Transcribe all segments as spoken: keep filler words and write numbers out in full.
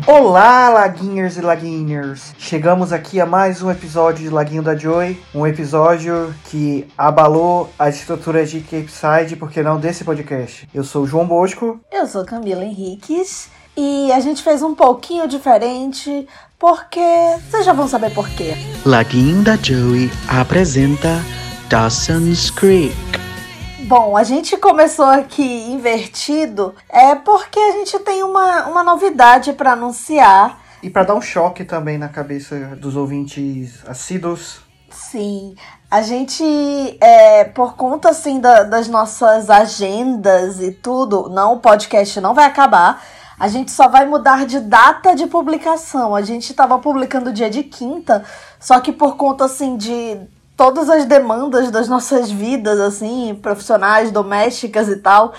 Olá, laguinhers e laguinhers! Chegamos aqui a mais um episódio de Laguinho da Joy, um episódio que abalou as estruturas de Capeside, porque não desse podcast. Eu sou o João Bosco. Eu sou Camila Henriques e a gente fez um pouquinho diferente, porque vocês já vão saber por quê. Laguinho da Joy apresenta Dawson's Creek. Bom, a gente começou aqui invertido, é porque a gente tem uma, uma novidade para anunciar. E para dar um choque também na cabeça dos ouvintes assíduos. Sim, a gente, é, por conta assim da, das nossas agendas e tudo, não, o podcast não vai acabar. A gente só vai mudar de data de publicação. A gente estava publicando dia de quinta, só que por conta assim de todas as demandas das nossas vidas, assim, profissionais, domésticas e tal,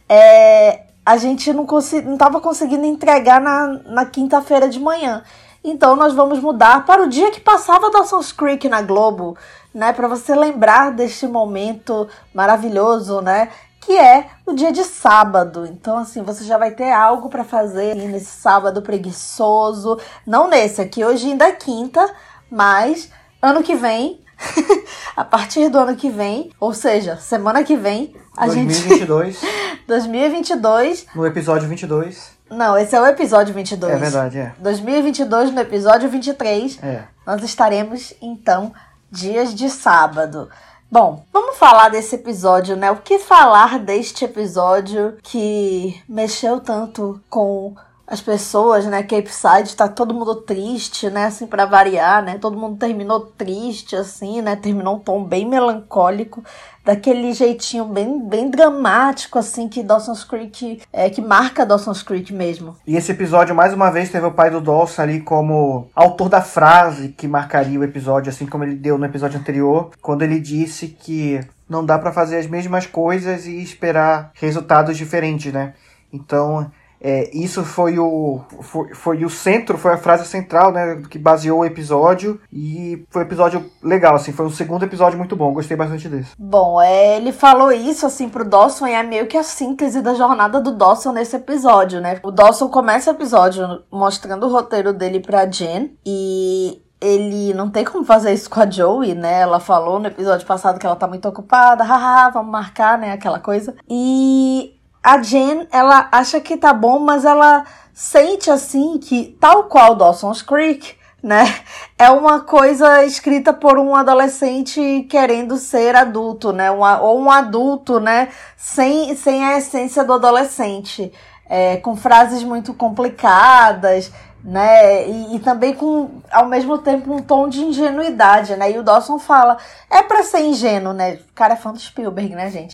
é, a gente não consegui, não estava conseguindo entregar na, na quinta-feira de manhã. Então nós vamos mudar para o dia que passava Dawson's Creek na Globo, né, para você lembrar deste momento maravilhoso, né, que é o dia de sábado. Então, assim, você já vai ter algo para fazer nesse sábado preguiçoso. Não nesse aqui, hoje ainda é quinta, mas ano que vem, a partir do ano que vem, ou seja, semana que vem, a dois mil e gente... vinte e dois. dois mil e vinte e dois. No episódio vinte e dois. Não, esse é o episódio vinte e dois. É verdade, é. dois mil e vinte e dois, no episódio vinte e três, É. nós estaremos, então, dias de sábado. Bom, vamos falar desse episódio, né? O que falar deste episódio que mexeu tanto com as pessoas, né? Capeside, tá todo mundo triste, né? Assim, pra variar, né? Todo mundo terminou triste, assim, né? Terminou um tom bem melancólico, daquele jeitinho bem, bem dramático, assim, que Dawson's Creek, é, que marca Dawson's Creek mesmo. E esse episódio, mais uma vez, teve o pai do Dawson ali como autor da frase que marcaria o episódio, assim como ele deu no episódio anterior, quando ele disse que não dá pra fazer as mesmas coisas e esperar resultados diferentes, né? Então, é, isso foi o, foi, foi o centro, foi a frase central, né, que baseou o episódio, e foi um episódio legal, assim, foi um segundo episódio muito bom, gostei bastante desse. Bom, é, ele falou isso, assim, pro Dawson, e é meio que a síntese da jornada do Dawson nesse episódio, né? O Dawson começa o episódio mostrando o roteiro dele pra Jen, e ele não tem como fazer isso com a Joey, né? Ela falou no episódio passado que ela tá muito ocupada, haha, vamos marcar, né, aquela coisa. E a Jen, ela acha que tá bom, mas ela sente, assim, que tal qual Dawson's Creek, né, é uma coisa escrita por um adolescente querendo ser adulto, né, um, ou um adulto, né, sem, sem a essência do adolescente, é, com frases muito complicadas, né, e, e também com, ao mesmo tempo, um tom de ingenuidade, né, e o Dawson fala, é pra ser ingênuo, né, o cara é fã do Spielberg, né, gente,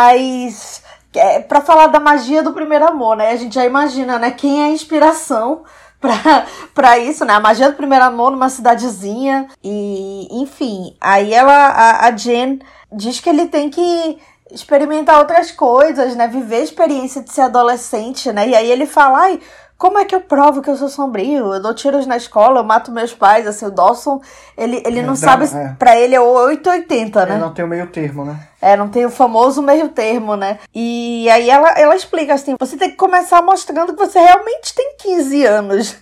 mas é pra falar da magia do primeiro amor, né, a gente já imagina, né, quem é a inspiração Pra, pra isso, né? A magia do primeiro amor numa cidadezinha. E, enfim, aí ela, a, a Jen diz que ele tem que experimentar outras coisas, né? Viver a experiência de ser adolescente, né? E aí ele fala, ai, como é que eu provo que eu sou sombrio? Eu dou tiros na escola, eu mato meus pais, assim, o Dawson, ele, ele É, não dá, sabe, é. pra ele é oito ou oitenta, né? É, não tem o meio termo, né? É, não tem o famoso meio termo, né? E aí ela, ela explica assim, você tem que começar mostrando que você realmente tem quinze anos.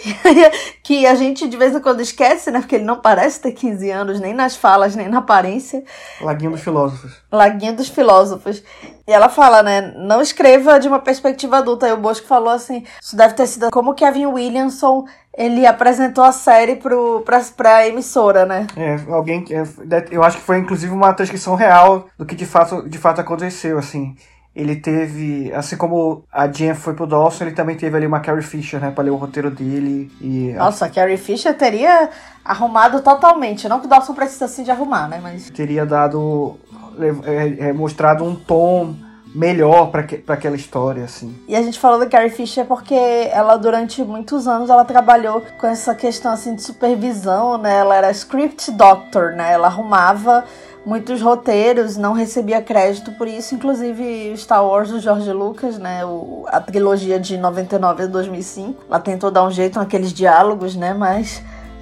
Que a gente de vez em quando esquece, né? Porque ele não parece ter quinze anos, nem nas falas, nem na aparência. Laguinho dos filósofos. Laguinho dos filósofos. E ela fala, né? Não escreva de uma perspectiva adulta. Aí o Bosco falou assim, isso deve ter sido como Kevin Williamson, ele apresentou a série pro, pra, pra emissora, né? É, alguém que... Eu acho que foi, inclusive, uma transcrição real do que de fato, de fato aconteceu, assim. Ele teve... Assim como a Jen foi pro Dawson, ele também teve ali uma Carrie Fisher, né? Pra ler o roteiro dele e... Nossa, a Carrie Fisher teria arrumado totalmente. Não que o Dawson precisa, assim, de arrumar, né? Mas teria dado... É, é, mostrado um tom melhor pra, que, pra aquela história, assim. E a gente falou da Carrie Fisher porque ela, durante muitos anos, ela trabalhou com essa questão, assim, de supervisão, né? Ela era script doctor, né? Ela arrumava muitos roteiros, não recebia crédito por isso, inclusive Star Wars do George Lucas, né? O, a trilogia de noventa e nove a dois mil e cinco. Ela tentou dar um jeito naqueles diálogos, né? Mas...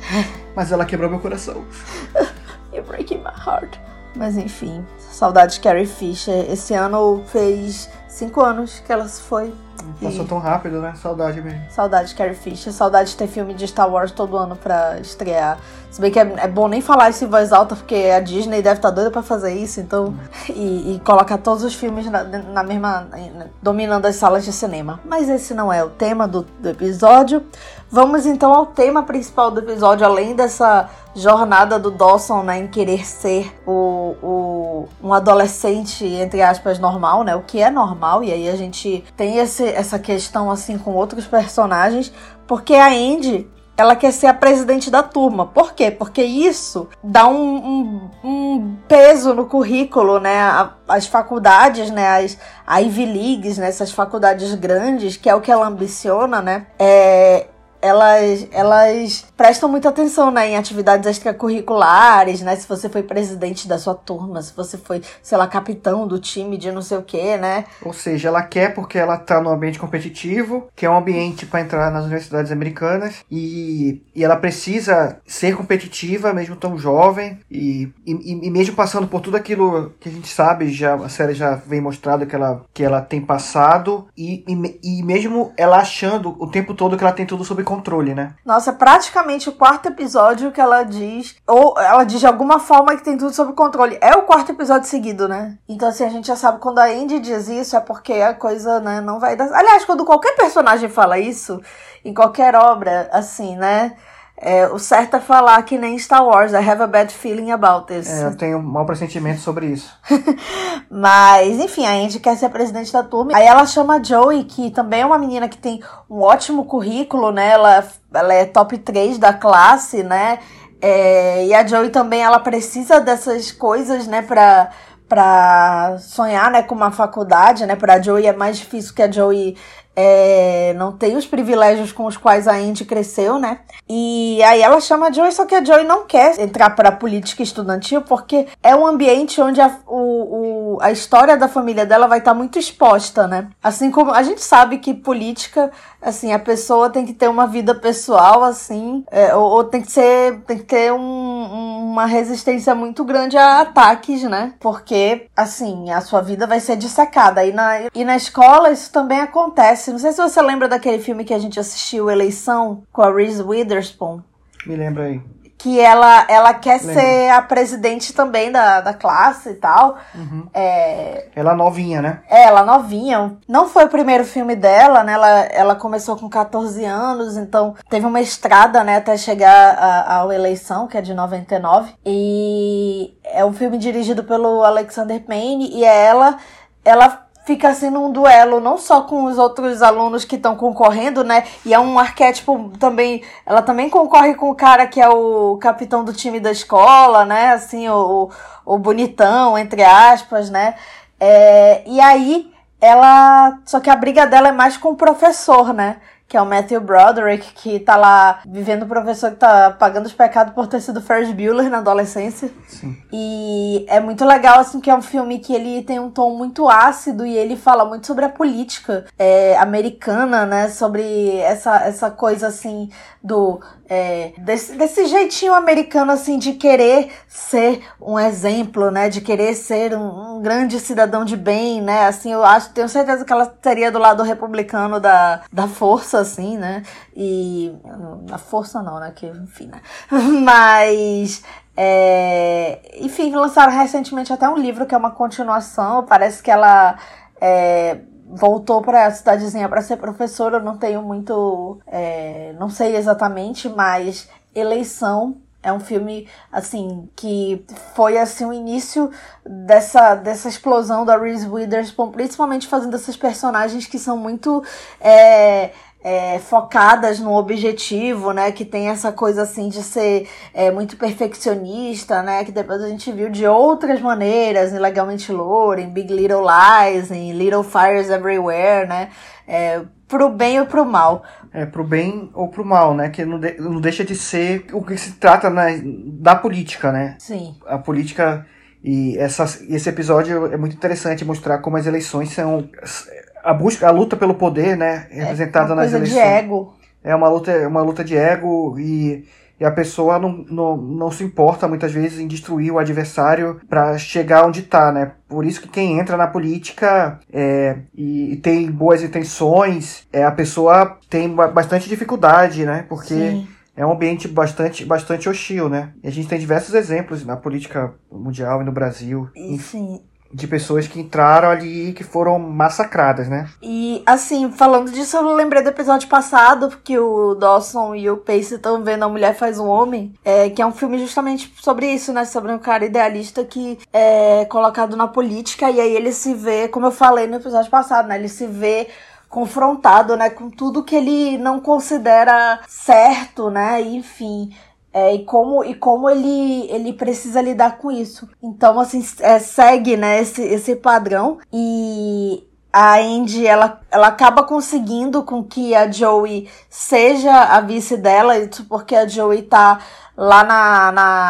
Mas ela quebrou meu coração. You're breaking my heart. Mas enfim, saudades de Carrie Fisher. Esse ano fez cinco anos que ela se foi. Passou E... tão rápido, né? Saudade mesmo. Saudade de Carrie Fisher, saudade de ter filme de Star Wars todo ano pra estrear. Se bem que é, é bom nem falar isso em voz alta, porque a Disney deve estar doida pra fazer isso, então... E, e colocar todos os filmes na, na mesma... dominando as salas de cinema. Mas esse não é o tema do, do episódio. Vamos então ao tema principal do episódio, além dessa jornada do Dawson, né, em querer ser o, o, um adolescente, entre aspas, normal, né, o que é normal, e aí a gente tem esse, essa questão assim com outros personagens, porque a Andy, ela quer ser a presidente da turma. Por quê? Porque isso dá um, um, um peso no currículo, né? As faculdades, né? As Ivy Leagues, né? Essas faculdades grandes, que é o que ela ambiciona, né? É... Elas, elas prestam muita atenção, né, em atividades extracurriculares, né, se você foi presidente da sua turma, se você foi, sei lá, capitão do time de não sei o quê, né. Ou seja, ela quer porque ela tá num ambiente competitivo, que é um ambiente para entrar nas universidades americanas, e, e ela precisa ser competitiva, mesmo tão jovem, e, e, e mesmo passando por tudo aquilo que a gente sabe, já, a série já vem mostrado que ela, que ela tem passado, e, e, e mesmo ela achando o tempo todo que ela tem tudo sob controle, né? Nossa, é praticamente o quarto episódio que ela diz, ou ela diz de alguma forma que tem tudo sob controle. É o quarto episódio seguido, né? Então, assim, a gente já sabe quando a Andy diz isso, é porque a coisa, né, não vai dar... Aliás, quando qualquer personagem fala isso, em qualquer obra, assim, né? É, o certo é falar que nem Star Wars, I have a bad feeling about this. É, eu tenho um mau pressentimento sobre isso. Mas, enfim, a Andy quer ser a presidente da turma. Aí ela chama a Joey, que também é uma menina que tem um ótimo currículo, né? Ela, ela é top três da classe, né? É, e a Joey também, ela precisa dessas coisas, né? Pra, pra sonhar, né? Com uma faculdade, né? Pra Joey é mais difícil que a Joey... É, não tem os privilégios com os quais a Andy cresceu, né? E aí ela chama a Joey, só que a Joey não quer entrar para a política estudantil porque é um ambiente onde a, o, o, a história da família dela vai estar muito exposta, né? Assim como a gente sabe que política, assim, a pessoa tem que ter uma vida pessoal, assim, é, ou, ou tem que ser, tem que ter um, uma resistência muito grande a ataques, né? Porque, assim, a sua vida vai ser dissecada. E na, e na escola isso também acontece. Não sei se você lembra daquele filme que a gente assistiu, Eleição, com a Reese Witherspoon. Me lembra aí. Que ela, ela quer Lembra. ser a presidente também da, da classe e tal. Uhum. É... Ela novinha, né? É, ela novinha. Não foi o primeiro filme dela, né? Ela, ela começou com catorze anos, então teve uma estrada, né? Até chegar à Eleição, que é de noventa e nove. E é um filme dirigido pelo Alexander Payne. E é ela... ela fica assim num duelo, não só com os outros alunos que estão concorrendo, né? E é um arquétipo também... Ela também concorre com o cara que é o capitão do time da escola, né? Assim, o, o bonitão, entre aspas, né? É, e aí, ela... Só que a briga dela é mais com o professor, né? Que é o Matthew Broderick, que tá lá vivendo o professor que tá pagando os pecados por ter sido Ferris Bueller na adolescência. Sim. E é muito legal, assim, que é um filme que ele tem um tom muito ácido e ele fala muito sobre a política é, americana, né? Sobre essa, essa coisa, assim, do... É, desse, desse jeitinho americano, assim, de querer ser um exemplo, né? De querer ser um, um grande cidadão de bem, né? Assim, eu acho, tenho certeza que ela seria do lado republicano da, da força, assim, né? E... A força não, né? Que, enfim, né? Mas... É, enfim, lançaram recentemente até um livro que é uma continuação. Parece que ela... É, voltou para a cidadezinha para ser professora, eu não tenho muito... É, não sei exatamente, mas Eleição é um filme, assim, que foi, assim, o início dessa, dessa explosão da Reese Witherspoon, principalmente fazendo essas personagens que são muito... É, É, focadas no objetivo, né, que tem essa coisa assim de ser é, muito perfeccionista, né, que depois a gente viu de outras maneiras, em Legalmente Loura, em Big Little Lies, em Little Fires Everywhere, né, é, pro bem ou pro mal. É, pro bem ou pro mal, né, que não, de, não deixa de ser o que se trata, né, da política, né. Sim. A política, e essa, esse episódio é muito interessante mostrar como as eleições são... A busca, a luta pelo poder, né, representada é nas eleições. É uma coisa de ego. É uma luta, uma luta de ego e, e a pessoa não, não, não se importa muitas vezes em destruir o adversário para chegar onde está, né? Por isso que quem entra na política é, e, e tem boas intenções, é, a pessoa tem bastante dificuldade, né? Porque Sim. é um ambiente bastante, bastante hostil, né? E a gente tem diversos exemplos na política mundial e no Brasil. E, sim. De pessoas que entraram ali e que foram massacradas, né? E, assim, falando disso, eu lembrei do episódio passado, que o Dawson e o Pace estão vendo A Mulher Faz um Homem, é, que é um filme justamente sobre isso, né? Sobre um cara idealista que é colocado na política, e aí ele se vê, como eu falei no episódio passado, né? Ele se vê confrontado, né? Com tudo que ele não considera certo, né? E, enfim... É, e como, e como ele, ele precisa lidar com isso. Então, assim, é, segue, né, esse, esse padrão. E a Andy, ela, ela acaba conseguindo com que a Joey seja a vice dela. Isso porque a Joey tá lá na,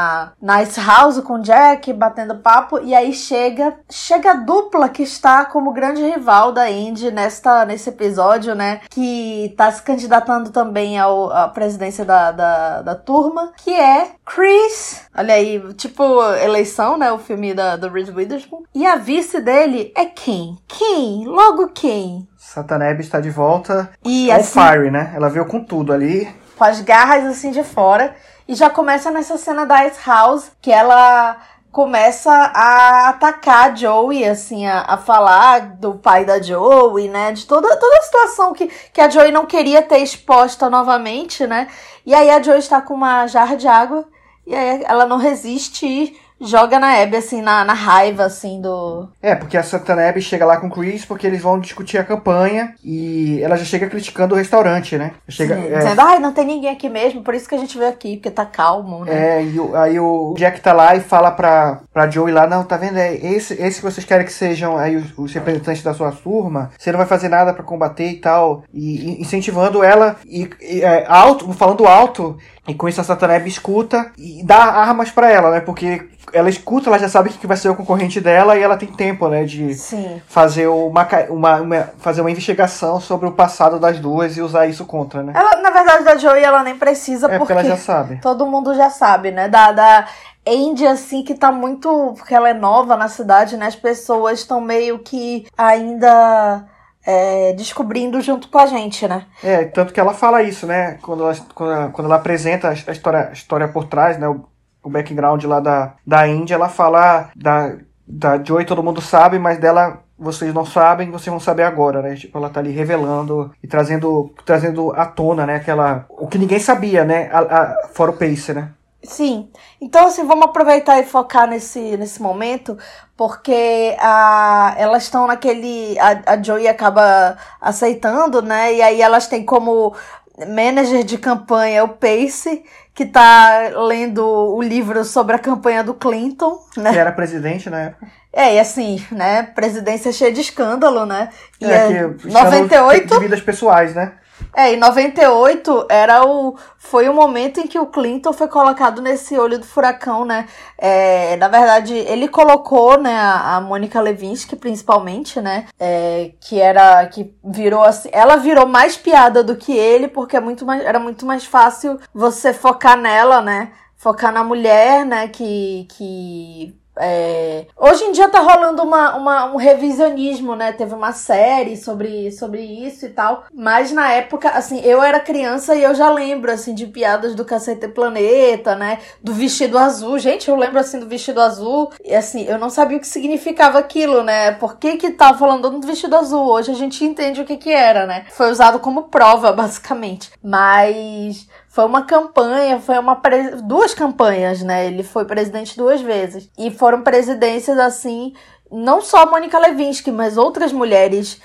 na Nice House com o Jack, batendo papo. E aí chega, chega a dupla que está como grande rival da Andy nesta, nesse episódio, né? Que tá se candidatando também ao, à presidência da, da, da turma, que é Chris. Olha aí, tipo eleição, né? O filme da, do Reese Witherspoon. E a vice dele é quem? Quem? Logo quem? Sataneb está de volta. E on assim, fire, né? Ela veio com tudo ali. Com as garras assim de fora. E já começa nessa cena da Ice House, que ela começa a atacar a Joey, assim, a, a falar do pai da Joey, né? De toda, toda a situação que, que a Joey não queria ter exposta novamente, né? E aí a Joey está com uma jarra de água, e aí ela não resiste e joga na Abby, assim, na, na raiva, assim, do... É, porque a Sataneb chega lá com o Chris porque eles vão discutir a campanha e ela já chega criticando o restaurante, né? Chega, Sim, é... dizendo, ai, não tem ninguém aqui mesmo, por isso que a gente veio aqui, porque tá calmo, né? É, e o, aí o Jack tá lá e fala pra, pra Joey lá, não, tá vendo, é esse, esse que vocês querem que sejam aí os, os representantes da sua turma, você não vai fazer nada pra combater e tal, e, e incentivando ela, e, e é, alto, falando alto, e com isso a Sataneb escuta e dá armas pra ela, né? Porque ela escuta, ela já sabe que vai ser o concorrente dela e ela tem tempo, né? De Sim. fazer uma, uma, uma, fazer uma investigação sobre o passado das duas e usar isso contra, né? Ela, na verdade, da Joey, ela nem precisa, é, porque, porque ela já sabe. Todo mundo já sabe, né? Da, da Andy, assim, que tá muito... Porque ela é nova na cidade, né? As pessoas estão meio que ainda... É, descobrindo junto com a gente, né? É, tanto que ela fala isso, né? Quando ela, quando ela, quando ela apresenta a história, a história por trás, né? O, o background lá da, da Índia, ela fala da, da Joey, todo mundo sabe, mas dela vocês não sabem, vocês vão saber agora, né? Tipo, ela tá ali revelando e trazendo, trazendo à tona, né? Aquela, o que ninguém sabia, né? A, a, fora o Pace, né? Sim. Então, assim, vamos aproveitar e focar nesse, nesse momento, porque a, elas estão naquele... A, a Joey acaba aceitando, né? E aí elas têm como manager de campanha o Pace, que tá lendo o livro sobre a campanha do Clinton, né? Que era presidente na época. É, e assim, né? Presidência cheia de escândalo, né? E é, que noventa e oito... de vidas pessoais, né? É, em noventa e oito era o, foi o momento em que o Clinton foi colocado nesse olho do furacão, né? É, na verdade, ele colocou, né, a, a Monica Lewinsky, principalmente, né? É, que era, que virou assim, ela virou mais piada do que ele, porque é muito mais, era muito mais fácil você focar nela, né? Focar na mulher, né, que... que É... Hoje em dia tá rolando uma, uma, um revisionismo, né? Teve uma série sobre, sobre isso e tal. Mas na época, assim, eu era criança e eu já lembro, assim, de piadas do Cacete Planeta, né? Do vestido azul. Gente, eu lembro, assim, do vestido azul. E, assim, eu não sabia o que significava aquilo, né? Por que que tava falando do vestido azul? Hoje a gente entende o que que era, né? Foi usado como prova, basicamente. Mas... Foi uma campanha, foi uma pre... duas campanhas, né? Ele foi presidente duas vezes. E foram presidências, assim, não só a Monica Lewinsky, mas outras mulheres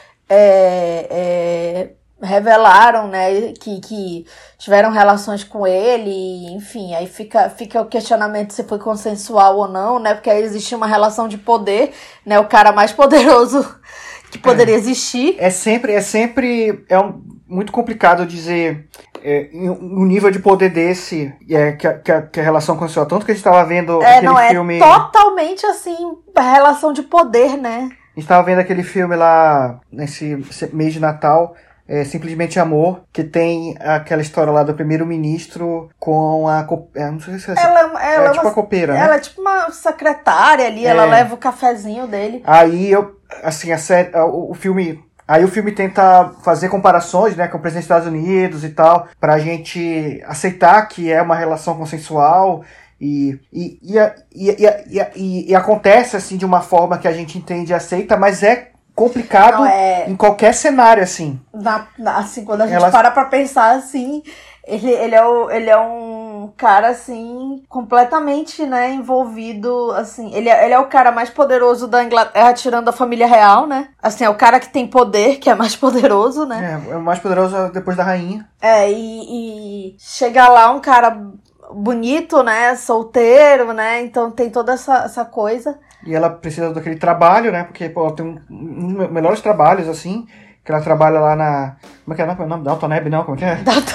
é, é, revelaram, né? Que, que tiveram relações com ele, e, enfim. Aí fica, fica o questionamento se foi consensual ou não, né? Porque aí existia uma relação de poder, né? O cara mais poderoso que poderia existir. É sempre, é sempre, é um, muito complicado dizer... É, um nível de poder desse é, que, a, que, a, que a relação aconteceu. Tanto que a gente estava vendo é, aquele não, filme... É totalmente, assim, relação de poder, né? A gente estava vendo aquele filme lá nesse mês de Natal, é, Simplesmente Amor, que tem aquela história lá do primeiro-ministro com a... É, não sei se é, ela, ela é, é tipo uma, a copeira, ela né? é tipo uma secretária ali, É. ela leva o cafezinho dele. Aí eu, assim, a série, o, o filme... Aí o filme tenta fazer comparações, né, com o presidente dos Estados Unidos e tal, pra gente aceitar que é uma relação consensual e, e, e, e, e, e, e acontece, assim, de uma forma que a gente entende e aceita, mas é complicado. Não, é... em qualquer cenário, assim. Na, na, assim, quando a gente Ela... para pra pensar, assim, ele, ele, é o, ele é um cara, assim, completamente, né, envolvido, assim, ele é, ele é o cara mais poderoso da Inglaterra, tirando a família real, né? Assim, é o cara que tem poder, que é mais poderoso, né? É, é o mais poderoso depois da rainha. É, e, e chega lá um cara bonito, né, solteiro, né, então tem toda essa, essa coisa. E ela precisa daquele trabalho, né, porque, pô, ela tem um, um dos melhores trabalhos, assim, que ela trabalha lá na... Como é que é o nome? Dalton Abbey, não? Como é que é?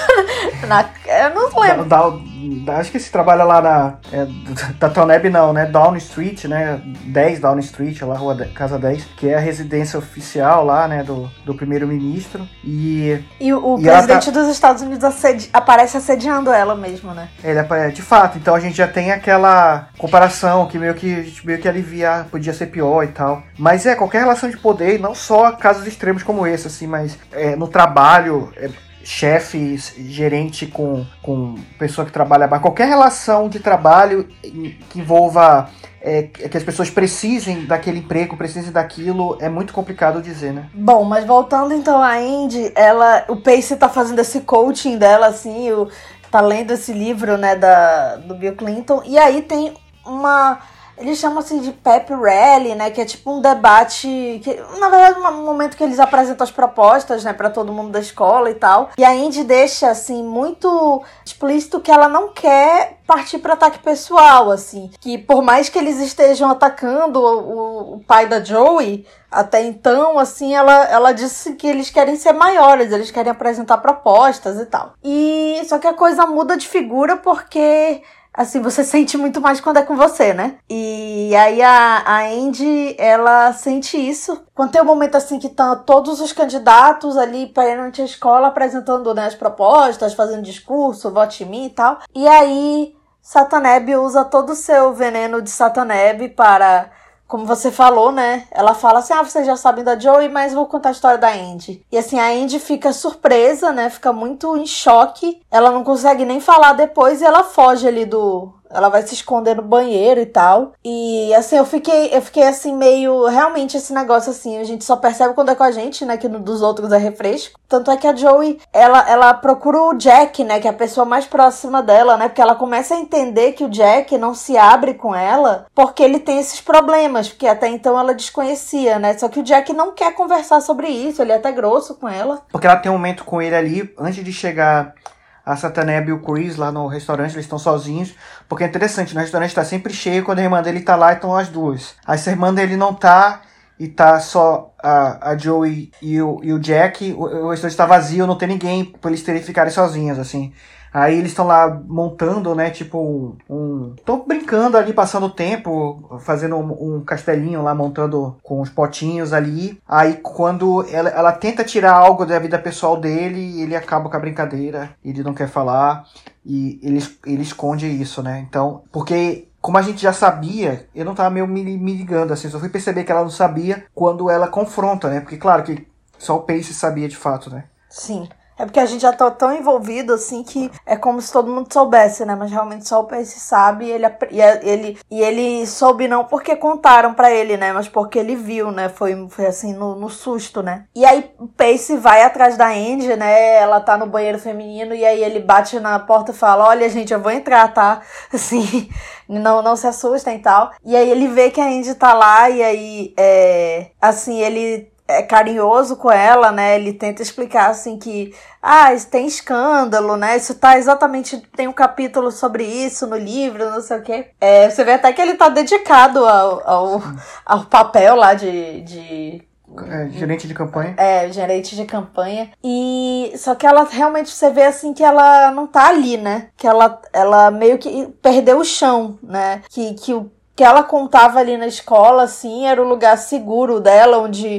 Na, eu não lembro. Da, da, acho que se trabalha lá na... É, Dalton Abbey, não, né? Downing Street, né? dez Downing Street, lá, rua de, Casa dez, que é a residência oficial lá, né? Do, do primeiro-ministro. E... E o, o e presidente tá... dos Estados Unidos assedi... aparece assediando ela mesmo, né? Ele aparece, de fato. Então a gente já tem aquela comparação que meio que, a gente meio que alivia, podia ser pior e tal. Mas é, qualquer relação de poder, não só casos extremos como esse, assim, mas é, no trabalho... É, chefe, gerente com, com pessoa que trabalha, mas qualquer relação de trabalho que envolva é, que as pessoas precisem daquele emprego, precisem daquilo, é muito complicado dizer, né? Bom, mas voltando então a Andy, ela, o Pace tá fazendo esse coaching dela, assim, o, tá lendo esse livro, né, da, do Bill Clinton, e aí tem uma... Eles chamam assim de pep rally, né? Que é tipo um debate... Que, na verdade, um momento que eles apresentam as propostas, né? Pra todo mundo da escola e tal. E a Andy deixa, assim, muito explícito que ela não quer partir para ataque pessoal, assim. Que por mais que eles estejam atacando o, o, o pai da Joey... Até então, assim, ela, ela disse que eles querem ser maiores, eles querem apresentar propostas e tal. E só que a coisa muda de figura porque... Assim, você sente muito mais quando é com você, né? E aí a, a Andy, ela sente isso. Quando tem um momento assim que estão todos os candidatos ali perante a escola apresentando, né, as propostas, fazendo discurso, vote em mim e tal. E aí Sataneb usa todo o seu veneno de Sataneb para... Como você falou, né? Ela fala assim, ah, vocês já sabem da Joey, mas vou contar a história da Andy. E assim, a Andy fica surpresa, né? Fica muito em choque. Ela não consegue nem falar depois e ela foge ali do... Ela vai se esconder no banheiro e tal. E assim, eu fiquei, eu fiquei assim meio... Realmente esse negócio assim, a gente só percebe quando é com a gente, né? Que no dos outros é refresco. Tanto é que a Joey, ela, ela procura o Jack, né? Que é a pessoa mais próxima dela, né? Porque ela começa a entender que o Jack não se abre com ela porque ele tem esses problemas. Porque até então ela desconhecia, né? Só que o Jack não quer conversar sobre isso. Ele é até grosso com ela. Porque ela tem um momento com ele ali, antes de chegar... A Sataneb e o Chris lá no restaurante, eles estão sozinhos. Porque é interessante, no restaurante tá sempre cheio. Quando a irmã dele tá lá, estão as duas. Aí se a irmã dele não tá, e tá só a, a Joey e o, e o Jack, o, o restaurante tá vazio, não tem ninguém pra eles terem ficarem sozinhos, assim. Aí eles estão lá montando, né, tipo um... um estão brincando ali, passando o tempo, fazendo um, um castelinho lá, montando com os potinhos ali. Aí quando ela, ela tenta tirar algo da vida pessoal dele, ele acaba com a brincadeira, ele não quer falar, e ele, ele esconde isso, né. Então, porque... Como a gente já sabia, eu não tava meio me, me ligando, assim, só fui perceber que ela não sabia quando ela confronta, né, porque claro que só o Pace sabia de fato, né. Sim. É porque a gente já tá tão envolvido, assim, que é como se todo mundo soubesse, né? Mas realmente só o Pace sabe e ele, e ele, e ele soube não porque contaram pra ele, né? Mas porque ele viu, né? Foi, foi assim, no, no susto, né? E aí o Pace vai atrás da Andy, né? Ela tá no banheiro feminino e aí ele bate na porta e fala, olha, gente, eu vou entrar, tá? Assim, não, não se assustem e tal. E aí ele vê que a Andy tá lá e aí, é, assim, ele... é carinhoso com ela, né, ele tenta explicar, assim, que, ah, isso tem escândalo, né, isso tá exatamente, tem um capítulo sobre isso no livro, não sei o quê. É, você vê até que ele tá dedicado ao, ao, ao papel lá de... de É, gerente de campanha. É, gerente de campanha. E só que ela realmente, você vê assim que ela não tá ali, né, que ela, ela meio que perdeu o chão, né, que, que o que ela contava ali na escola, assim, era o lugar seguro dela, onde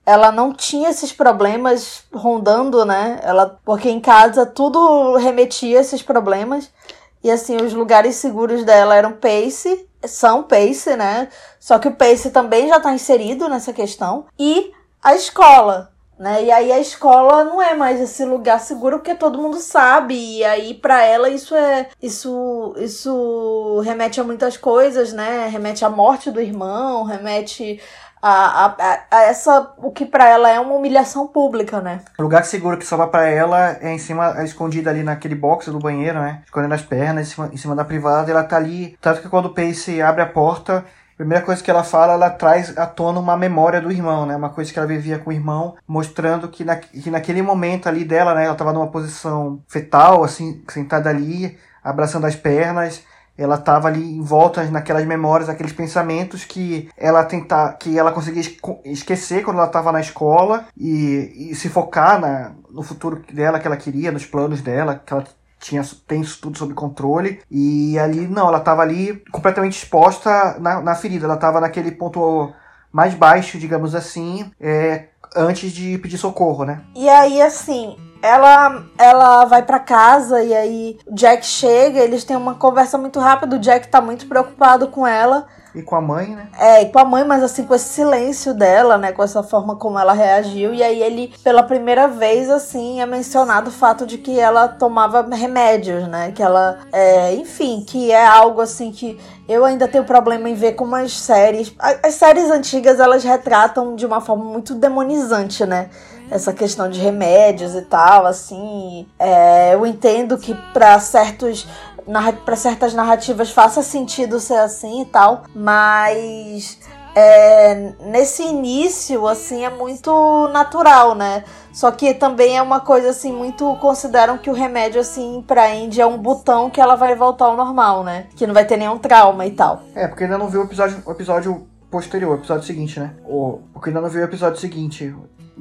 ela não tinha esses problemas rondando, né? Ela, porque em casa tudo remetia a esses problemas. E assim, os lugares seguros dela eram Pace, são Pace, né? Só que o Pace também já tá inserido nessa questão. E a escola, né? E aí a escola não é mais esse lugar seguro porque todo mundo sabe. E aí pra ela isso é isso isso remete a muitas coisas, né? Remete à morte do irmão, remete a, a, a essa o que pra ela é uma humilhação pública, né? O lugar seguro que sobra pra ela é em cima, é escondida ali naquele box do banheiro, né? Escondendo as pernas, em cima, em cima da privada, e ela tá ali. Tanto que quando o Pace abre a porta, a primeira coisa que ela fala, ela traz à tona uma memória do irmão, né? Uma coisa que ela vivia com o irmão, mostrando que, na, que naquele momento ali dela, né? Ela tava numa posição fetal, assim, sentada ali, abraçando as pernas. Ela estava ali em volta naquelas memórias, aqueles pensamentos que ela tenta, que ela conseguia esquecer quando ela estava na escola e, e se focar na, no futuro dela que ela queria, nos planos dela, que ela tinha, tem isso tudo sob controle. E ali, não, ela estava ali completamente exposta na, na ferida. Ela estava naquele ponto mais baixo, digamos assim, é, antes de pedir socorro, né? E aí, assim, ela, ela vai pra casa e aí o Jack chega, eles têm uma conversa muito rápida, o Jack tá muito preocupado com ela. E com a mãe, né? É, e com a mãe, mas assim, com esse silêncio dela, né? Com essa forma como ela reagiu. E aí ele, pela primeira vez, assim, é mencionado o fato de que ela tomava remédios, né? Que ela, é, enfim, que é algo assim que eu ainda tenho problema em ver como as séries... As séries antigas, elas retratam de uma forma muito demonizante, né? Essa questão de remédios e tal, assim... É, eu entendo que pra certos... para certas narrativas faça sentido ser assim e tal, mas é, nesse início, assim, é muito natural, né? Só que também é uma coisa, assim, muito... Consideram que o remédio, assim, pra Andy é um botão que ela vai voltar ao normal, né? Que não vai ter nenhum trauma e tal. É, porque ainda não viu o episódio, o episódio posterior, o episódio seguinte, né? O, porque ainda não viu o episódio seguinte...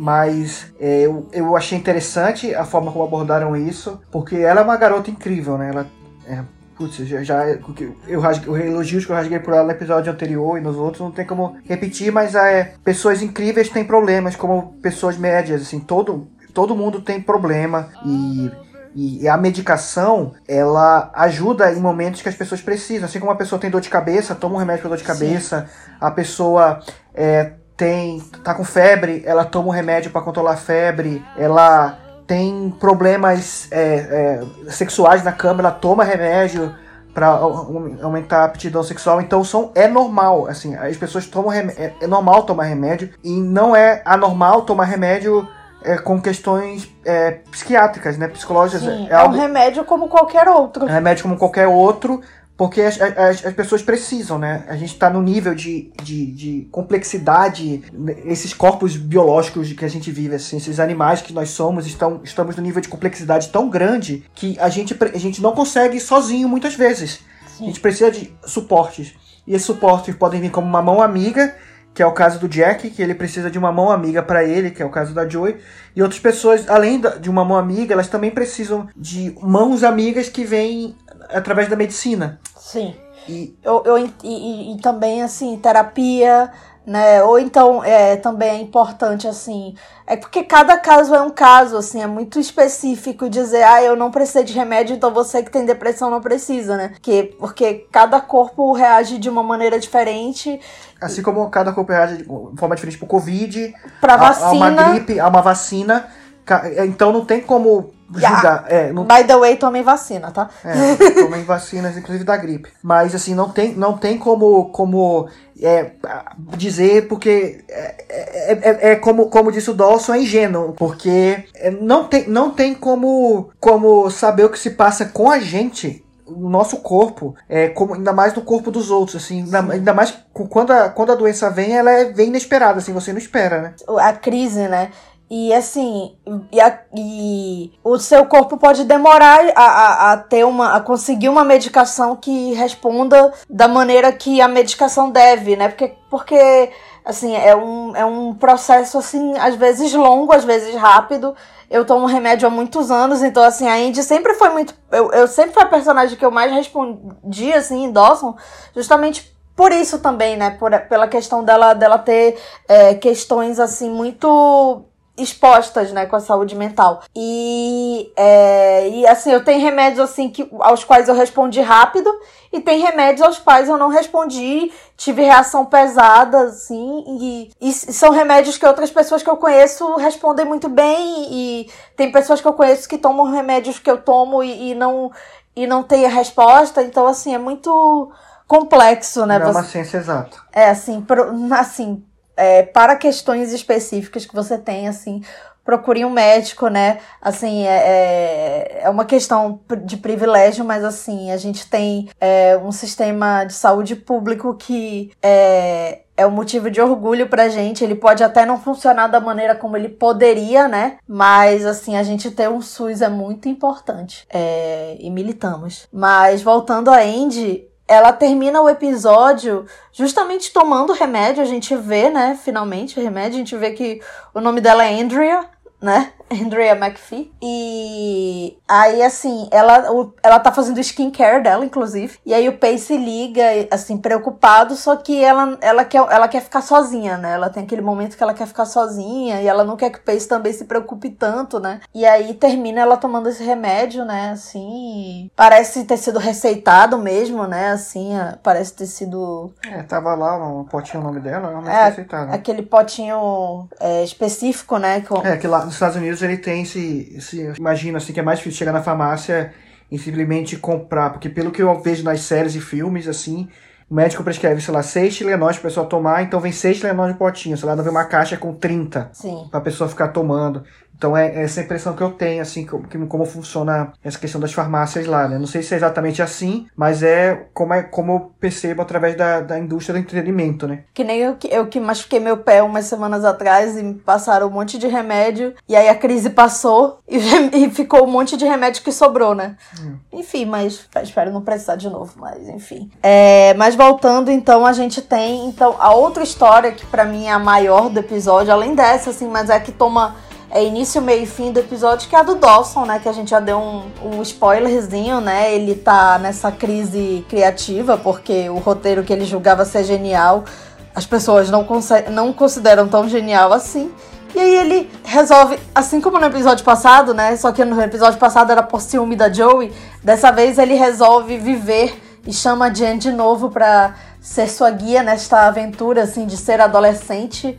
Mas é, eu, eu achei interessante a forma como abordaram isso, porque ela é uma garota incrível, né? Ela é, putz, já, já eu rasguei, os elogios que eu rasguei por ela no episódio anterior e nos outros não tem como repetir, mas é, pessoas incríveis têm problemas, como pessoas médias, assim, todo, todo mundo tem problema e... E a medicação, ela ajuda em momentos que as pessoas precisam. Assim como a pessoa tem dor de cabeça, toma um remédio para dor de cabeça. Sim. A pessoa é, tem, tá com febre, ela toma um remédio para controlar a febre. Ela tem problemas é, é, sexuais na cama, ela toma remédio para aumentar a aptidão sexual. Então são, é normal, assim, as pessoas tomam remédio, é, é normal tomar remédio. E não é anormal tomar remédio... É, com questões é, psiquiátricas, né, psicológicas. Sim, é, é algo, um remédio como qualquer outro. É um remédio como qualquer outro, porque as, as, as pessoas precisam, né? A gente está no nível de, de, de complexidade, esses corpos biológicos que a gente vive, assim, esses animais que nós somos, estão, estamos no nível de complexidade tão grande que a gente, a gente não consegue sozinho muitas vezes. Sim. A gente precisa de suportes. E esses suportes podem vir como uma mão amiga, que é o caso do Jack, que ele precisa de uma mão amiga para ele, que é o caso da Joey. E outras pessoas, além de uma mão amiga, elas também precisam de mãos amigas que vêm através da medicina. Sim. E, eu, eu, e, e, e também, assim, terapia, né? Ou então, é, também é importante, assim... É porque cada caso é um caso, assim, é muito específico dizer, ah, eu não precisei de remédio, então você que tem depressão não precisa, né? Porque, porque cada corpo reage de uma maneira diferente. Assim como cada corpo reage de forma diferente pro Covid, pra vacina. Há uma gripe, há uma vacina, então não tem como julgar. Yeah. É, não... By the way, tomem vacina, tá? É, tomem vacinas, inclusive da gripe. Mas, assim, não tem, não tem como... como É, dizer, porque é, é, é, é como, como disse o Dawson, é ingênuo, porque não tem, não tem como, como saber o que se passa com a gente, o nosso corpo, é, como, ainda mais no corpo dos outros, assim, ainda, ainda mais quando a, quando a doença vem, ela é, vem inesperada, assim, você não espera, né? A crise, né? E assim, e, a, e o seu corpo pode demorar a, a, a ter uma, a conseguir uma medicação que responda da maneira que a medicação deve, né? Porque, porque assim, é um, é um processo, assim, às vezes longo, às vezes rápido. Eu tomo remédio há muitos anos, então, assim, a Andy sempre foi muito... Eu, eu sempre fui a personagem que eu mais respondi, assim, em Dawson, justamente por isso também, né? Por, pela questão dela, dela ter é, questões, assim, muito expostas, né, com a saúde mental. E, é, e assim, eu tenho remédios, assim, que, aos quais eu respondi rápido, e tem remédios aos quais eu não respondi, tive reação pesada, assim, e, e são remédios que outras pessoas que eu conheço respondem muito bem, e tem pessoas que eu conheço que tomam remédios que eu tomo e, e não, e não tem a resposta, então, assim, é muito complexo, né? Não é uma Você, ciência exata. é, assim, pro, assim, é, para questões específicas que você tem, assim, procure um médico, né? Assim, é, é uma questão de privilégio, mas, assim, a gente tem é, um sistema de saúde público que é, é um motivo de orgulho pra gente. Ele pode até não funcionar da maneira como ele poderia, né? Mas, assim, a gente ter um SUS é muito importante. É, e militamos. Mas, voltando a Andy, ela termina o episódio justamente tomando remédio. A gente vê, né, finalmente o remédio. A gente vê que o nome dela é Andrea, né? Andrea McPhee. E aí, assim, ela, o, ela tá fazendo o skincare dela, inclusive. E aí o Pace liga, assim, preocupado, só que ela, ela, quer, ela quer ficar sozinha, né? Ela tem aquele momento que ela quer ficar sozinha e ela não quer que o Pace também se preocupe tanto, né? E aí termina ela tomando esse remédio, né? Assim, parece ter sido receitado mesmo, né? Assim, parece ter sido... É, tava lá no potinho o nome dela, ela não é, receitado. Né? Aquele potinho é, específico, né? Com... É, que lá nos Estados Unidos ele tem esse, esse... Imagino, assim, que é mais difícil chegar na farmácia e simplesmente comprar. Porque pelo que eu vejo nas séries e filmes, assim, o médico prescreve, sei lá, seis Tilenol pra pessoa tomar, então vem seis Tilenol de potinho. Sei lá, não vem uma caixa com trinta. Sim. Pra pessoa ficar tomando. Então é essa impressão que eu tenho, assim, como, como funciona essa questão das farmácias lá, né? Não sei se é exatamente assim, mas é como, é, como eu percebo através da, da indústria do entretenimento, né? Que nem eu, eu que machuquei meu pé umas semanas atrás e me passaram um monte de remédio, e aí a crise passou e, e ficou um monte de remédio que sobrou, né? Hum. Enfim, mas espero não precisar de novo, mas enfim. É, mas voltando, então, a gente tem então a outra história que pra mim é a maior do episódio, além dessa, assim, mas é que toma... É início, meio e fim do episódio, que é a do Dawson, né? Que a gente já deu um, um spoilerzinho, né? Ele tá nessa crise criativa, porque o roteiro que ele julgava ser genial, as pessoas não, não consideram tão genial assim. E aí ele resolve, assim como no episódio passado, né? Só que no episódio passado era por ciúme da Joey. Dessa vez ele resolve viver e chama a Jen de novo pra ser sua guia nesta aventura, assim, de ser adolescente.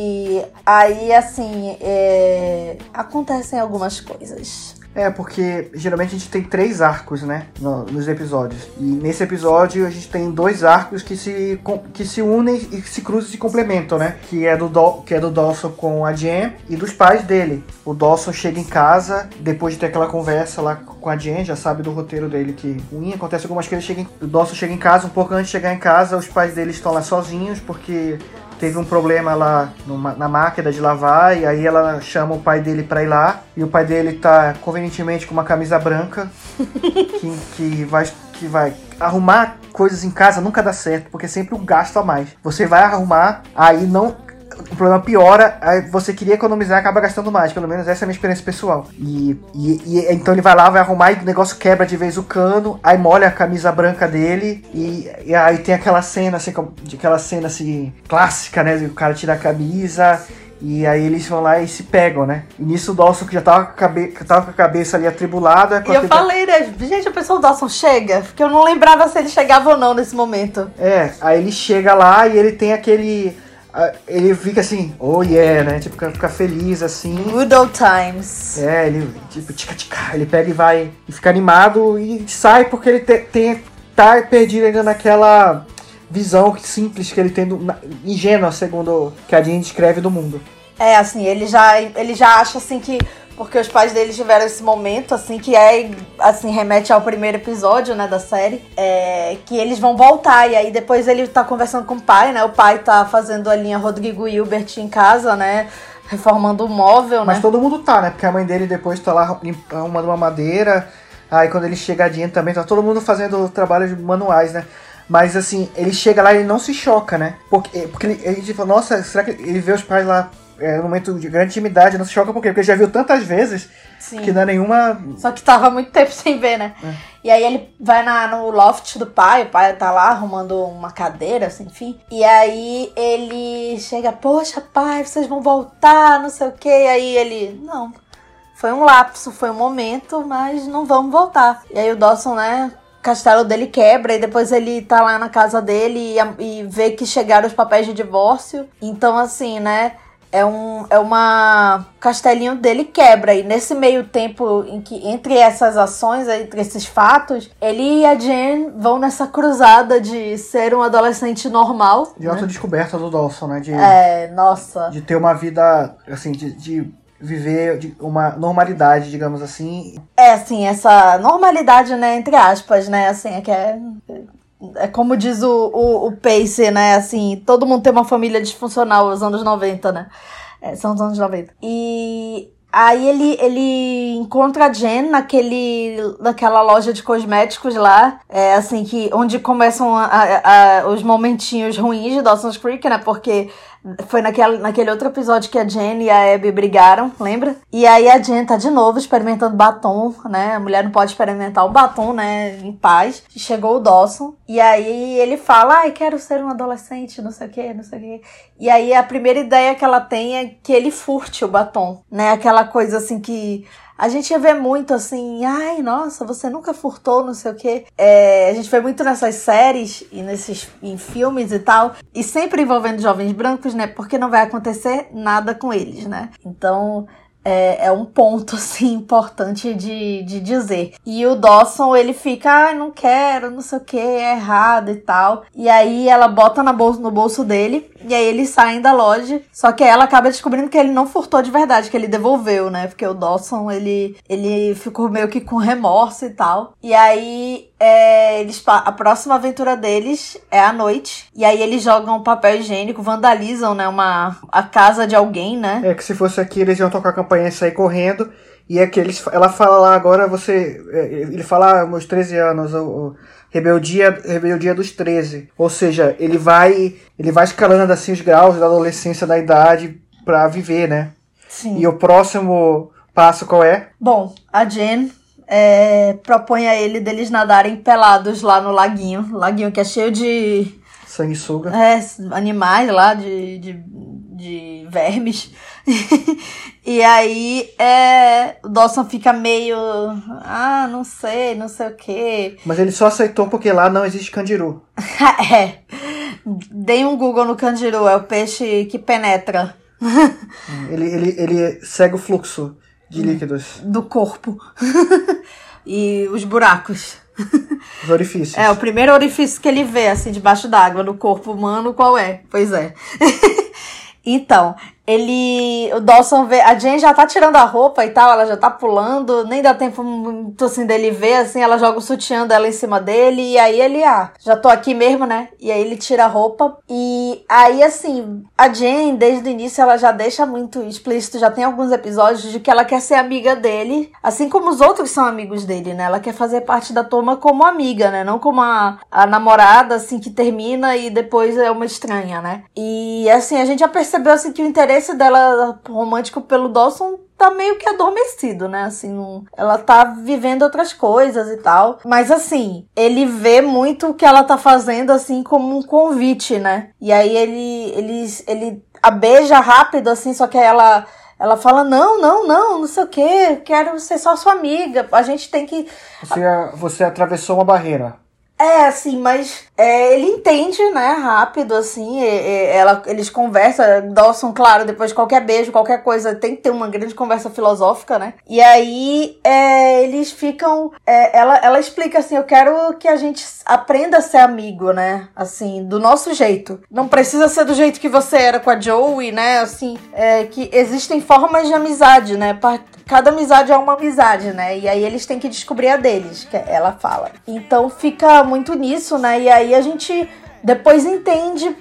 E aí, assim, é... acontecem algumas coisas. É, porque geralmente a gente tem três arcos, né, no, nos episódios. E nesse episódio a gente tem dois arcos que se, que se unem e se cruzam e se complementam, né? Que é, do Do, que é do Dawson com a Jen e dos pais dele. O Dawson chega em casa, depois de ter aquela conversa lá com a Jen, já sabe do roteiro dele que ruim, acontece algumas coisas, chega em, o Dawson chega em casa, um pouco antes de chegar em casa, os pais dele estão lá sozinhos, porque... teve um problema lá numa, na máquina de lavar, e aí ela chama o pai dele pra ir lá, e o pai dele tá convenientemente com uma camisa branca, que, que, vai, que vai arrumar coisas em casa nunca dá certo, porque é sempre um gasto a mais. Você vai arrumar, aí não... o problema piora, aí você queria economizar e acaba gastando mais, pelo menos essa é a minha experiência pessoal. E, e, e então ele vai lá, vai arrumar e o negócio quebra de vez o cano, aí molha a camisa branca dele e, e aí tem aquela cena assim, aquela cena assim, clássica, né? O cara tira a camisa e aí eles vão lá e se pegam, né? E nisso o Dawson, que já tava com a, cabe- tava com a cabeça ali atribulada... E eu falei, né? Gente, a pessoa, o Dawson chega, porque eu não lembrava se ele chegava ou não nesse momento. É, aí ele chega lá e ele tem aquele... ele fica assim, oh yeah, né? Tipo, fica, fica feliz, assim. Good old times. É, ele, tipo, tica, tica, ele pega e vai, e fica animado e sai porque ele te, tem, tá perdido ainda naquela visão simples que ele tem, do, na, ingênua, segundo que a Jean descreve do mundo. É, assim, ele já, ele já acha, assim, que... porque os pais dele tiveram esse momento, assim, que é, assim, remete ao primeiro episódio, né, da série, é, que eles vão voltar, e aí depois ele tá conversando com o pai, né, o pai tá fazendo a linha Rodrigo Hilbert em casa, né, reformando o móvel, Mas né. todo mundo tá, né, porque a mãe dele depois tá lá arrumando uma madeira, aí quando ele chega adiante também, tá todo mundo fazendo trabalhos manuais, né. Mas assim, ele chega lá e ele não se choca, né, porque, porque ele, ele fala, nossa, será que ele vê os pais lá é um momento de grande intimidade, não se choca por quê? Porque já viu tantas vezes. Sim. Que não é nenhuma... Só que tava muito tempo sem ver, né? É. E aí ele vai na, no loft do pai, o pai tá lá arrumando uma cadeira, assim, enfim. E aí ele chega, poxa, pai, vocês vão voltar, não sei o quê. E aí ele, não, foi um lapso, foi um momento, mas não vamos voltar. E aí o Dawson, né, o castelo dele quebra e depois ele tá lá na casa dele e, e vê que chegaram os papéis de divórcio. Então, assim, né... É um é uma o castelinho dele quebra, e nesse meio tempo em que entre essas ações, entre esses fatos, ele e a Jen vão nessa cruzada de ser um adolescente normal. De autodescoberta, né? Do Dawson, né? De, é, nossa. De ter uma vida, assim, de, de viver de uma normalidade, digamos assim. É, assim, essa normalidade, né, entre aspas, né, assim, é que é... É como diz o, o, o Pace, né? Assim, todo mundo tem uma família disfuncional nos anos noventa, né? É, são os anos noventa. E aí ele, ele encontra a Jen naquele, naquela loja de cosméticos lá, é, assim, que, onde começam a, a, a, os momentinhos ruins de Dawson's Creek, né? Porque foi naquele, naquele outro episódio que a Jen e a Abby brigaram, lembra? E aí a Jen tá de novo experimentando batom, né? A mulher não pode experimentar o batom, né? Em paz. Chegou o Dawson. E aí ele fala, ai, quero ser um adolescente, não sei o que, não sei o que. E aí a primeira ideia que ela tem é que ele furte o batom, né? Aquela coisa assim que... A gente vê muito assim, ai, nossa, você nunca furtou, não sei o quê. É, a gente vê muito nessas séries e nesses em filmes e tal, e sempre envolvendo jovens brancos, né? Porque não vai acontecer nada com eles, né? Então... É, é um ponto, assim, importante de, de dizer. E o Dawson, ele fica, ai, ah, não quero, não sei o que, é errado e tal. E aí ela bota na bolsa, no bolso dele, e aí eles saem da loja. Só que aí ela acaba descobrindo que ele não furtou de verdade, que ele devolveu, né? Porque o Dawson, ele, ele ficou meio que com remorso e tal. E aí... É, eles, a próxima aventura deles é à noite. E aí eles jogam papel higiênico, vandalizam, né, uma, a casa de alguém, né? É que se fosse aqui, eles iam tocar a campainha e sair correndo. E é que eles, ela fala lá agora, você... Ele fala, ah, meus treze anos, o, o rebeldia, rebeldia dos treze. Ou seja, ele vai, ele vai escalando assim os graus da adolescência, da idade, pra viver, né? Sim. E o próximo passo qual é? Bom, a Jen... É, propõe a ele deles nadarem pelados lá no laguinho. Laguinho que é cheio de... sanguessuga. É, animais lá, de, de, de vermes. E aí é, o Dawson fica meio... Ah, não sei, não sei o quê. Mas ele só aceitou porque lá não existe candiru. É. Dei um Google no candiru, é o peixe que penetra. ele, ele, ele segue o fluxo de líquidos. Do corpo. E os buracos. Os orifícios. É, o primeiro orifício que ele vê, assim, debaixo d'água, no corpo humano, qual é? Pois é. Então, ele... O Dawson vê... A Jen já tá tirando a roupa e tal, ela já tá pulando, nem dá tempo muito, assim, dele ver, assim, ela joga o sutiã dela em cima dele, e aí ele, ah, já tô aqui mesmo, né? E aí ele tira a roupa, e aí, assim, a Jen, desde o início, ela já deixa muito explícito, já tem alguns episódios de que ela quer ser amiga dele, assim como os outros são amigos dele, né? Ela quer fazer parte da turma como amiga, né? Não como a, a namorada, assim, que termina e depois é uma estranha, né? E, assim, a gente já percebeu, assim, que o interesse dela romântico pelo Dawson tá meio que adormecido, né? Assim, não... ela tá vivendo outras coisas e tal. Mas, assim, ele vê muito o que ela tá fazendo, assim, como um convite, né? E aí ele, ele, ele a beija rápido, assim, só que aí ela... Ela fala, não, não, não, não sei o quê, quero ser só sua amiga, a gente tem que... Você, você atravessou uma barreira. É, assim, mas é, ele entende, né, rápido, assim, e, e, ela, eles conversam, Dawson, claro, depois de qualquer beijo, qualquer coisa, tem que ter uma grande conversa filosófica, né, e aí é, eles ficam, é, ela, ela explica assim, eu quero que a gente aprenda a ser amigo, né, assim, do nosso jeito, não precisa ser do jeito que você era com a Joey, né, assim, é, que existem formas de amizade, né, cada amizade é uma amizade, né, e aí eles têm que descobrir a deles, que ela fala, então fica muito nisso, né? E aí a gente depois entende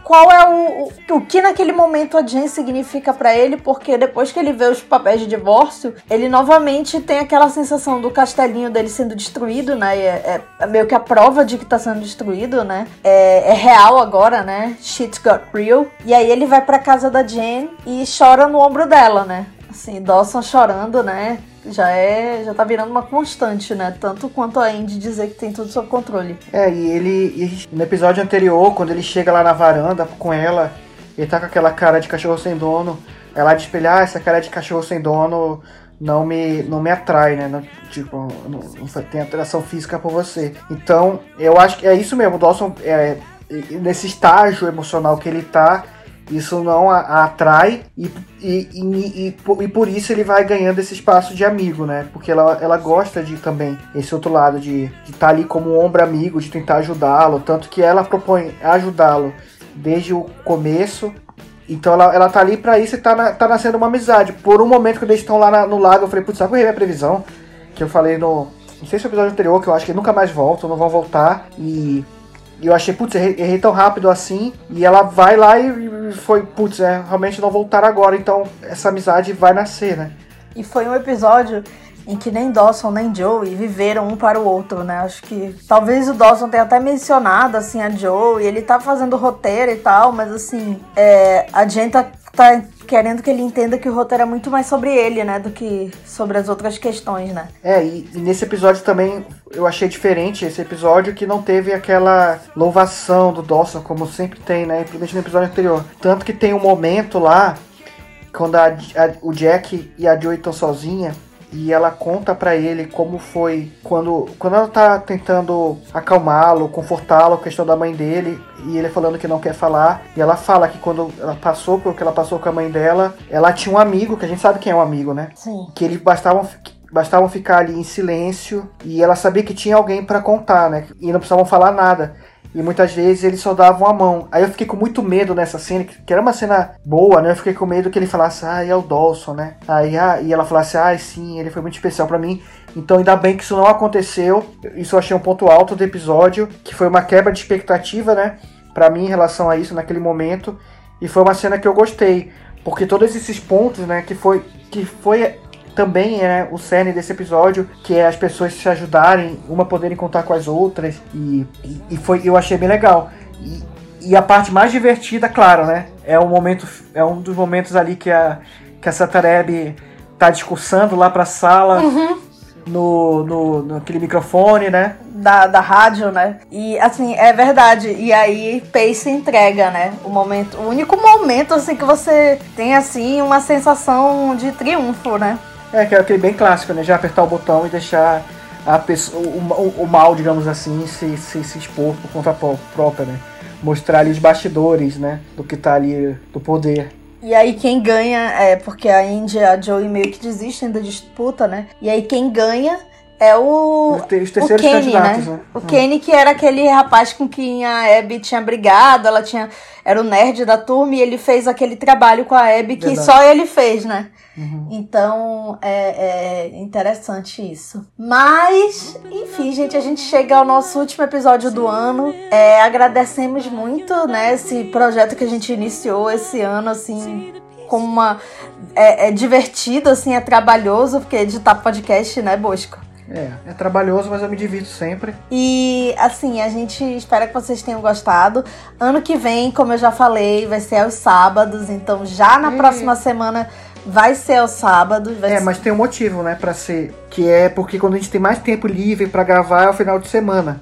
qual é o, o, o que naquele momento a Jen significa pra ele, porque depois que ele vê os papéis de divórcio, ele novamente tem aquela sensação do castelinho dele sendo destruído, né? E é, é meio que a prova de que tá sendo destruído, né? É, é real agora, né? Shit got real. E aí ele vai pra casa da Jen e chora no ombro dela, né? Assim, Dawson chorando, né? Já é, já tá virando uma constante, né? Tanto quanto a Andy dizer que tem tudo sob controle. É, e ele, e no episódio anterior, quando ele chega lá na varanda com ela, ele tá com aquela cara de cachorro sem dono. Ela diz pra ele, ah, essa cara de cachorro sem dono não me, não me atrai, né? Não, tipo, não, não tem atração física por você. Então, eu acho que é isso mesmo. O Dawson, é, nesse estágio emocional que ele tá, isso não a, a atrai e, e, e, e, e por isso ele vai ganhando esse espaço de amigo, né? Porque ela, ela gosta de também esse outro lado, de estar ali como um ombro amigo, de tentar ajudá-lo. Tanto que ela propõe ajudá-lo desde o começo. Então ela, ela tá ali pra isso e tá, na, tá nascendo uma amizade. Por um momento que eles estão lá na, no lago, eu falei, putz, sabe qual é a minha previsão? Que eu falei no... Não sei se é o episódio anterior, que eu acho que nunca mais voltam, não vão voltar. E... E eu achei, putz, errei, errei tão rápido assim. E ela vai lá e foi, putz, é, realmente não voltar agora. Então essa amizade vai nascer, né? E foi um episódio em que nem Dawson nem Joey viveram um para o outro, né? Acho que talvez o Dawson tenha até mencionado, assim, a Joey. Ele tá fazendo roteiro e tal, mas assim, é, a Jen tá, tá querendo que ele entenda que o roteiro é muito mais sobre ele, né? Do que sobre as outras questões, né? É, e, e nesse episódio também eu achei diferente esse episódio, que não teve aquela louvação do Dawson, como sempre tem, né? Principalmente no episódio anterior. Tanto que tem um momento lá, quando a, a, o Jack e a Joey estão sozinhas, e ela conta pra ele como foi quando, quando ela tá tentando acalmá-lo, confortá-lo, a questão da mãe dele, e ele falando que não quer falar. E ela fala que quando ela passou pelo que ela passou com a mãe dela, ela tinha um amigo, que a gente sabe quem é um amigo, né? Sim. Que eles bastavam, bastavam ficar ali em silêncio, e ela sabia que tinha alguém pra contar, né? E não precisavam falar nada. E muitas vezes eles só davam a mão. Aí eu fiquei com muito medo nessa cena, que era uma cena boa, né? Eu fiquei com medo que ele falasse, ah, é o Dawson, né? Aí, ah, e ela falasse, ah, sim, ele foi muito especial pra mim. Então ainda bem que isso não aconteceu. Isso eu achei um ponto alto do episódio, que foi uma quebra de expectativa, né? Pra mim em relação a isso naquele momento. E foi uma cena que eu gostei. Porque todos esses pontos, né, que foi... Que foi também é o cerne desse episódio, que é as pessoas se ajudarem, uma poderem contar com as outras, e, e, e foi, eu achei bem legal. E, e a parte mais divertida, claro, né, é, um momento, é um dos momentos ali que a, que a Satareb tá discursando lá pra sala, uhum. no, no, naquele microfone, né? Da, da rádio, né? E, assim, é verdade. E aí, Pace entrega, né? O momento, o único momento, assim, que você tem, assim, uma sensação de triunfo, né? É, que é aquele bem clássico, né? Já apertar o botão e deixar a pessoa, o, o, o mal, digamos assim, se, se, se expor por conta própria, né? Mostrar ali os bastidores, né? Do que tá ali, do poder. E aí quem ganha é porque a Andy e a Joey meio que desistem da disputa, né? E aí quem ganha é o, os, te, os terceiros o Kenny, candidatos, né? né? O hum. Kenny, que era aquele rapaz com quem a Abby tinha brigado, ela tinha, era o nerd da turma, e ele fez aquele trabalho com a Abby que Verdade. Só ele fez, né? Uhum. Então, é, é interessante isso. Mas, enfim, gente, a gente chega ao nosso último episódio do ano. É, agradecemos muito, né, esse projeto que a gente iniciou esse ano, assim, como uma... É, é divertido, assim, é trabalhoso, porque editar podcast, né, Bosco? É, é trabalhoso, mas eu me divirto sempre. E, assim, a gente espera que vocês tenham gostado. Ano que vem, como eu já falei, vai ser aos sábados. Então, já na e... próxima semana vai ser aos sábados. Vai é, ser... mas tem um motivo, né, pra ser. Que é porque quando a gente tem mais tempo livre pra gravar é o final de semana.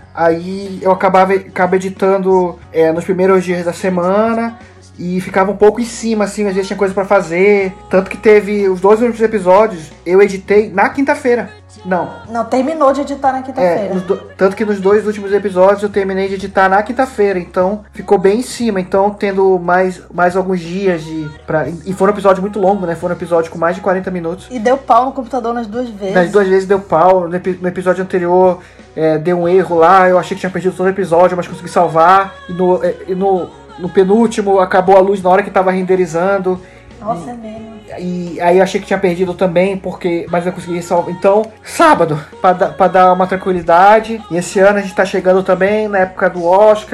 Aí eu acabava, acabo editando é, nos primeiros dias da semana. E ficava um pouco em cima, assim, às vezes tinha coisa pra fazer. Tanto que teve os dois últimos episódios, eu editei na quinta-feira. Não. Não, terminou de editar na quinta-feira. É, do, tanto que nos dois últimos episódios eu terminei de editar na quinta-feira. Então, ficou bem em cima. Então, tendo mais, mais alguns dias de... Pra, e foi um episódio muito longo, né? Foi um episódio com mais de quarenta minutos. E deu pau no computador nas duas vezes. Nas duas vezes deu pau. No, no episódio anterior, é, deu um erro lá. Eu achei que tinha perdido todo o episódio, mas consegui salvar. E no... É, e no No penúltimo, acabou a luz na hora que tava renderizando. Nossa, e, é mesmo. E aí eu achei que tinha perdido também, porque mas eu consegui salvar. Então, sábado, pra, da, pra dar uma tranquilidade. E esse ano a gente tá chegando também na época do Oscar.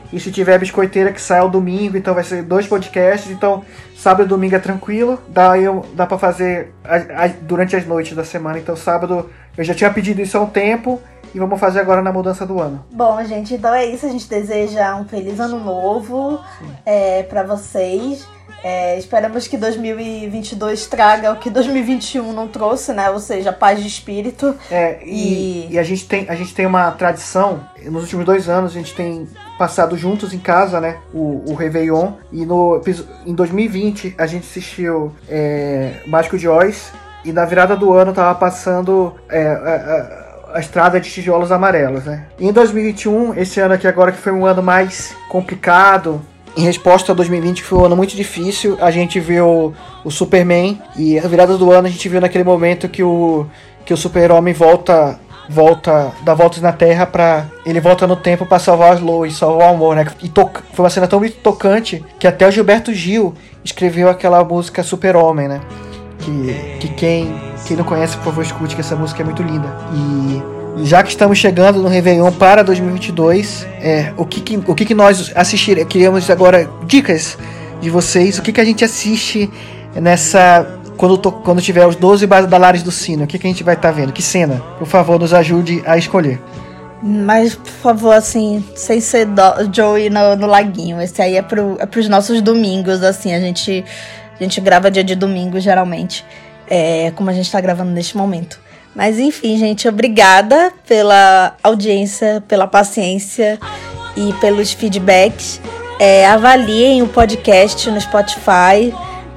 E se tiver biscoiteira que sai ao domingo, então vai ser dois podcasts. Então, sábado e domingo é tranquilo. Dá, eu, dá pra fazer a, a, durante as noites da semana. Então, sábado, eu já tinha pedido isso há um tempo. E vamos fazer agora na mudança do ano. Bom, gente, então é isso. A gente deseja um feliz ano novo é, pra vocês. É, esperamos que dois mil e vinte e dois traga o que dois mil e vinte e um não trouxe, né? Ou seja, paz de espírito. É, e, e... e a, gente tem, a gente tem uma tradição, nos últimos dois anos a gente tem passado juntos em casa, né? O, o Réveillon. E no, em dois mil e vinte a gente assistiu é, Mágico de Oz. E na virada do ano tava passando é, a, a, a Estrada de Tijolos Amarelos, né? E em dois mil e vinte e um, esse ano aqui agora que foi um ano mais complicado, em resposta a dois mil e vinte, que foi um ano muito difícil, a gente viu o Superman, e a virada do ano a gente viu naquele momento que o, que o Super-Homem volta, volta, dá voltas na Terra pra... Ele volta no tempo pra salvar as Lois, salvar o amor, né? E to, foi uma cena tão muito tocante que até o Gilberto Gil escreveu aquela música Super-Homem, né? Que, que quem, quem não conhece, por favor, escute, que essa música é muito linda. E... já que estamos chegando no Réveillon para dois mil e vinte e dois, é, o, que, que, o que, que nós assistiremos? Queríamos agora dicas de vocês. O que, que a gente assiste nessa... Quando, to, quando tiver os doze badalares do sino, o que, que a gente vai estar tá vendo? Que cena? Por favor, nos ajude a escolher. Mas, por favor, assim, sem ser do, Joey no, no laguinho. Esse aí é, pro, é pros nossos domingos, assim. A gente, a gente grava dia de domingo, geralmente. É, como a gente tá gravando neste momento. Mas enfim, gente, obrigada pela audiência, pela paciência e pelos feedbacks. É, avaliem o podcast no Spotify.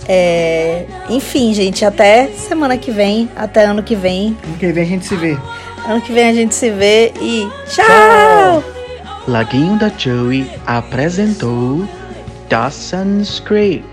É, enfim, gente, até semana que vem, até ano que vem. Ano que vem a gente se vê. Ano que vem a gente se vê e tchau! Laguinho da Joey apresentou Dawson's Creek.